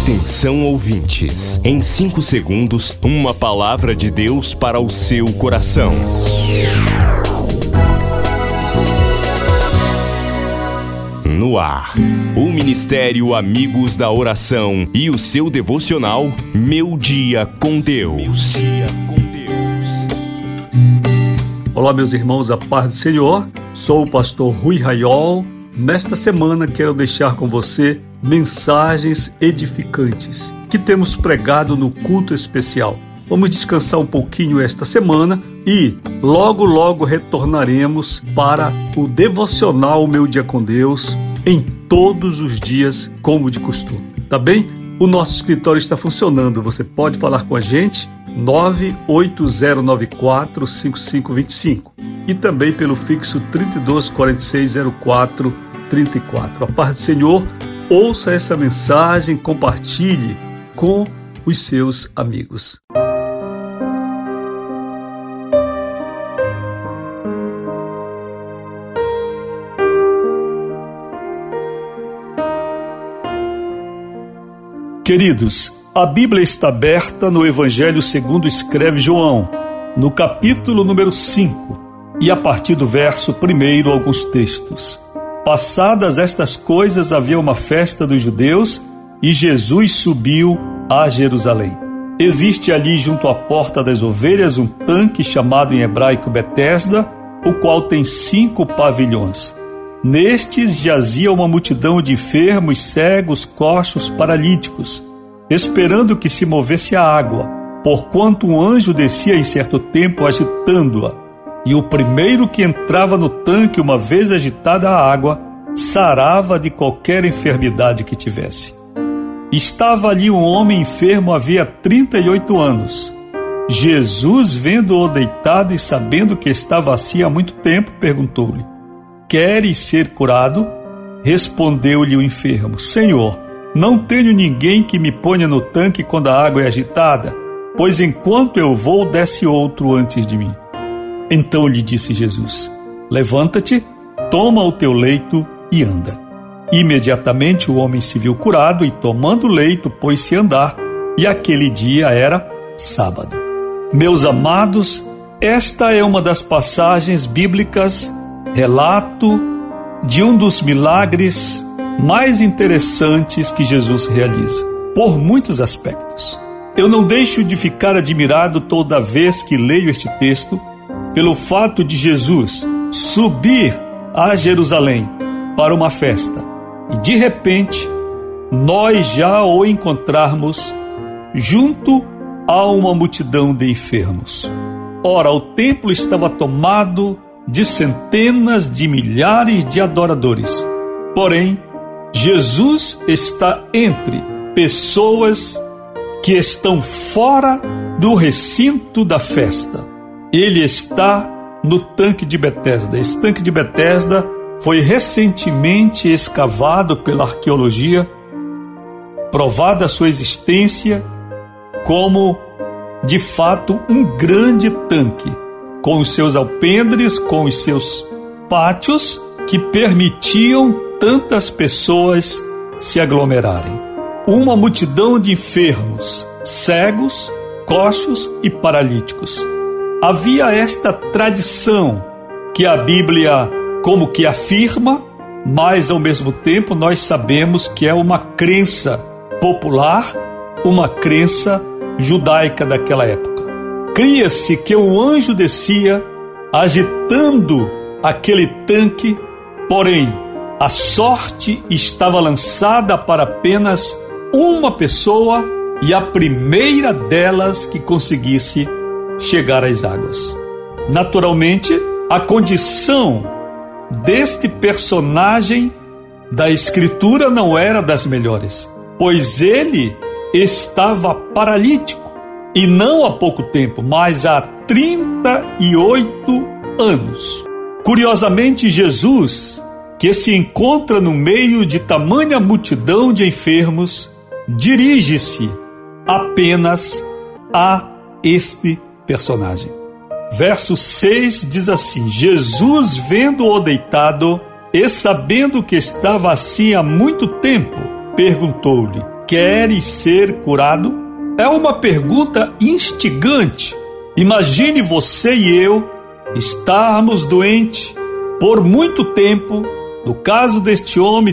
Atenção, ouvintes. Em 5 segundos, uma palavra de Deus para o seu coração. No ar, o Ministério Amigos da Oração e o seu devocional Meu Dia com Deus. Olá, meus irmãos, a paz do Senhor. Sou o pastor Rui Raiol. Nesta semana quero deixar com você mensagens edificantes que temos pregado no culto especial. Vamos descansar um pouquinho esta semana e logo retornaremos para o devocional Meu Dia com Deus em todos os dias, como de costume. Tá bem? O nosso escritório está funcionando. Você pode falar com a gente 980945525 e também pelo fixo 32460434. A paz do Senhor. Ouça essa mensagem, compartilhe com os seus amigos. Queridos, a Bíblia está aberta no Evangelho segundo escreve João, no capítulo número 5, e a partir do verso 1, alguns textos. Passadas estas coisas, havia uma festa dos judeus e Jesus subiu a Jerusalém. Existe ali, junto à porta das ovelhas, um tanque chamado em hebraico Betesda, o qual tem 5 pavilhões. Nestes jazia uma multidão de enfermos, cegos, coxos, paralíticos, esperando que se movesse a água, porquanto um anjo descia em certo tempo agitando-a. E o primeiro que entrava no tanque, uma vez agitada a água, sarava de qualquer enfermidade que tivesse. Estava ali um homem enfermo havia 38 anos. Jesus, vendo-o deitado e sabendo que estava assim há muito tempo, perguntou-lhe: Queres ser curado? Respondeu-lhe o enfermo: Senhor, não tenho ninguém que me ponha no tanque quando a água é agitada, pois enquanto eu vou, desce outro antes de mim. Então lhe disse Jesus: Levanta-te, toma o teu leito e anda. Imediatamente o homem se viu curado e, tomando o leito, pôs-se a andar, e aquele dia era sábado. Meus amados, esta é uma das passagens bíblicas, relato de um dos milagres mais interessantes que Jesus realiza, por muitos aspectos. Eu não deixo de ficar admirado toda vez que leio este texto, pelo fato de Jesus subir a Jerusalém para uma festa e de repente nós já o encontrarmos junto a uma multidão de enfermos. Ora, o templo estava tomado de centenas de milhares de adoradores. Porém, Jesus está entre pessoas que estão fora do recinto da festa. Ele está no tanque de Betesda. Esse tanque de Betesda foi recentemente escavado pela arqueologia, provada a sua existência como, de fato, um grande tanque, com os seus alpendres, com os seus pátios, que permitiam tantas pessoas se aglomerarem. Uma multidão de enfermos, cegos, coxos e paralíticos. Havia esta tradição que a Bíblia como que afirma, mas ao mesmo tempo nós sabemos que é uma crença popular, uma crença judaica daquela época. Cria-se que um anjo descia agitando aquele tanque, porém a sorte estava lançada para apenas uma pessoa e a primeira delas que conseguisse chegar às águas. Naturalmente, a condição deste personagem da Escritura não era das melhores, pois ele estava paralítico, e não há pouco tempo, mas há 38 anos. Curiosamente, Jesus, que se encontra no meio de tamanha multidão de enfermos, dirige-se apenas a este personagem. Verso 6 diz assim: Jesus, vendo-o deitado e sabendo que estava assim há muito tempo, perguntou-lhe: queres ser curado? É uma pergunta instigante. Imagine você e eu estarmos doentes por muito tempo, no caso deste homem,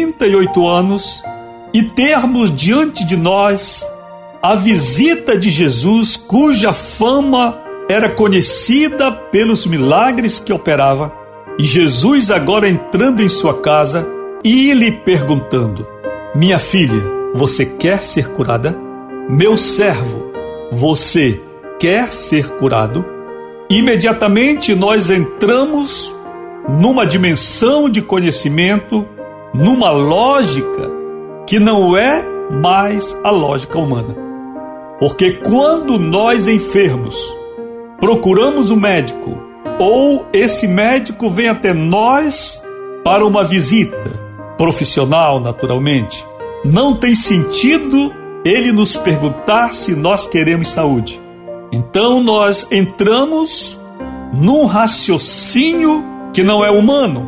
38 anos, e termos diante de nós a visita de Jesus, cuja fama era conhecida pelos milagres que operava, e Jesus agora entrando em sua casa e lhe perguntando: minha filha, você quer ser curada? Meu servo, você quer ser curado? Imediatamente nós entramos numa dimensão de conhecimento, numa lógica que não é mais a lógica humana. Porque quando nós enfermos procuramos um médico, ou esse médico vem até nós para uma visita profissional, naturalmente, não tem sentido ele nos perguntar se nós queremos saúde. Então nós entramos num raciocínio que não é humano,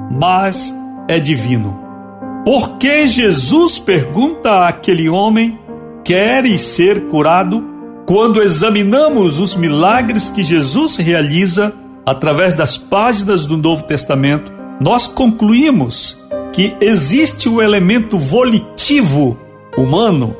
mas é divino. Por que Jesus pergunta àquele homem: queres ser curado? Quando examinamos os milagres que Jesus realiza através das páginas do Novo Testamento, nós concluímos que existe o elemento volitivo humano,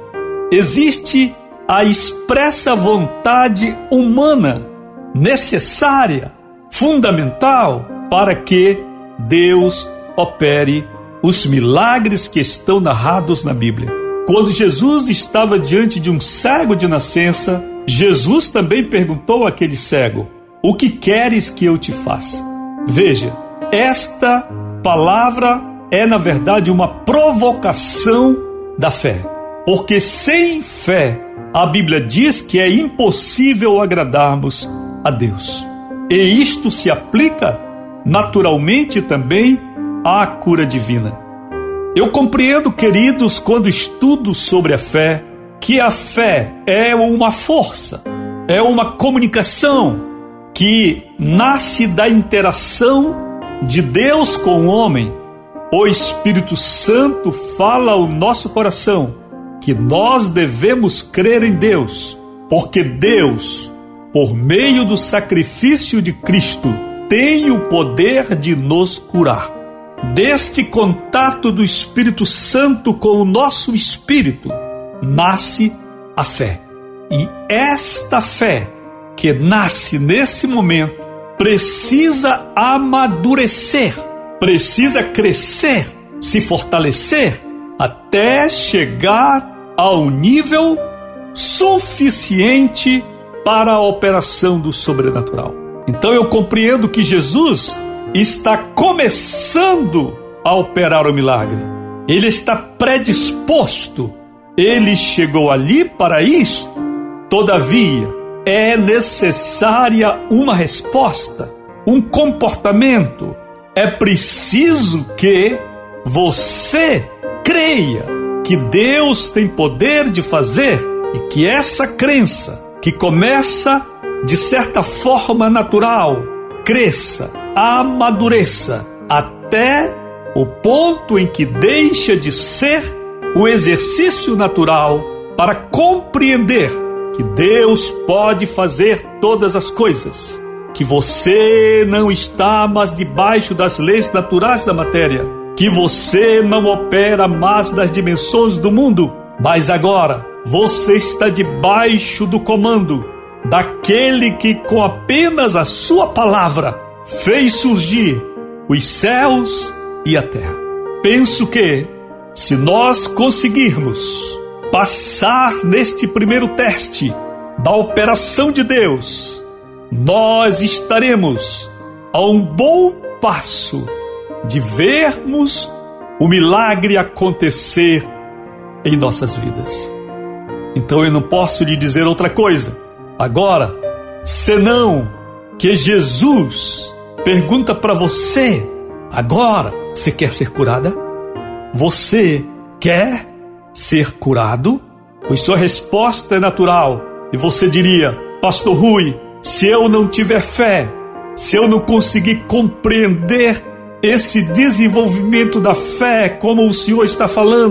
existe a expressa vontade humana necessária, fundamental, para que Deus opere os milagres que estão narrados na Bíblia. Quando Jesus estava diante de um cego de nascença, Jesus também perguntou àquele cego: o que queres que eu te faça? Veja, esta palavra é na verdade uma provocação da fé, porque sem fé a Bíblia diz que é impossível agradarmos a Deus. E isto se aplica naturalmente também à cura divina. Eu compreendo, queridos, quando estudo sobre a fé, que a fé é uma força, é uma comunicação que nasce da interação de Deus com o homem. O Espírito Santo fala ao nosso coração que nós devemos crer em Deus, porque Deus, por meio do sacrifício de Cristo, tem o poder de nos curar. Deste contato do Espírito Santo com o nosso espírito, nasce a fé. E esta fé que nasce nesse momento precisa amadurecer, precisa crescer, se fortalecer, até chegar ao nível suficiente para a operação do sobrenatural. Então eu compreendo que Jesus está começando a operar o milagre. Ele está predisposto. Ele chegou ali para isto. Todavia, é necessária uma resposta, um comportamento. É preciso que você creia que Deus tem poder de fazer e que essa crença, que começa de certa forma natural, cresça, amadureça até o ponto em que deixa de ser o exercício natural para compreender que Deus pode fazer todas as coisas, que você não está mais debaixo das leis naturais da matéria, que você não opera mais nas dimensões do mundo, mas agora você está debaixo do comando daquele que com apenas a sua palavra fez surgir os céus e a terra. Penso que se nós conseguirmos passar neste primeiro teste da operação de Deus, nós estaremos a um bom passo de vermos o milagre acontecer em nossas vidas. Então eu não posso lhe dizer outra coisa agora, senão que Jesus pergunta para você agora: você quer ser curada? Você quer ser curado? Pois sua resposta é natural. E você diria: Pastor Rui, se eu não tiver fé, se eu não conseguir compreender esse desenvolvimento da fé como o senhor está falando,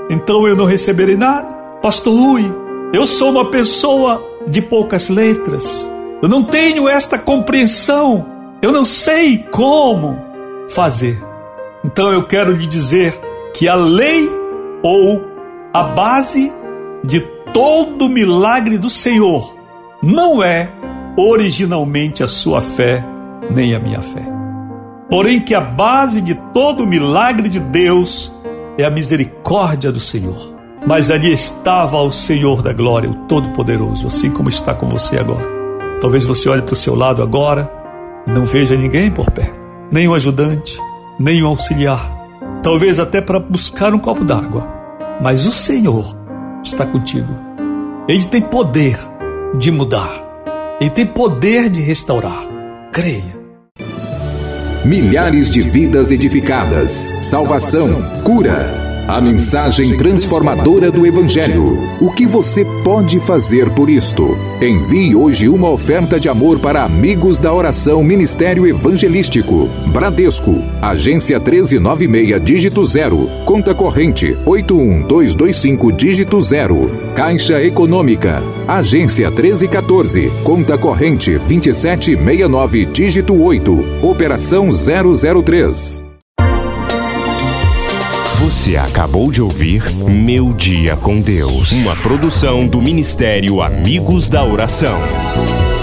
então eu não receberei nada? Pastor Rui, eu sou uma pessoa de poucas letras, eu não tenho esta compreensão, eu não sei como fazer. Então eu quero lhe dizer que a lei ou a base de todo milagre do Senhor não é originalmente a sua fé, nem a minha fé. Porém que a base de todo milagre de Deus é a misericórdia do Senhor. Mas ali estava o Senhor da glória, o Todo-Poderoso, assim como está com você agora. Talvez você olhe para o seu lado agora e não veja ninguém por perto, nem um ajudante, nem um auxiliar, talvez até para buscar um copo d'água. Mas o Senhor está contigo. Ele tem poder de mudar, Ele tem poder de restaurar. Creia. Milhares de vidas edificadas, salvação, cura. A mensagem transformadora do Evangelho. O que você pode fazer por isto? Envie hoje uma oferta de amor para Amigos da Oração Ministério Evangelístico. Bradesco, agência 1396, dígito 0. Conta corrente 81225, dígito 0. Caixa Econômica, agência 1314. Conta corrente 2769, dígito 8. Operação 003. Você acabou de ouvir Meu Dia com Deus, uma produção do Ministério Amigos da Oração.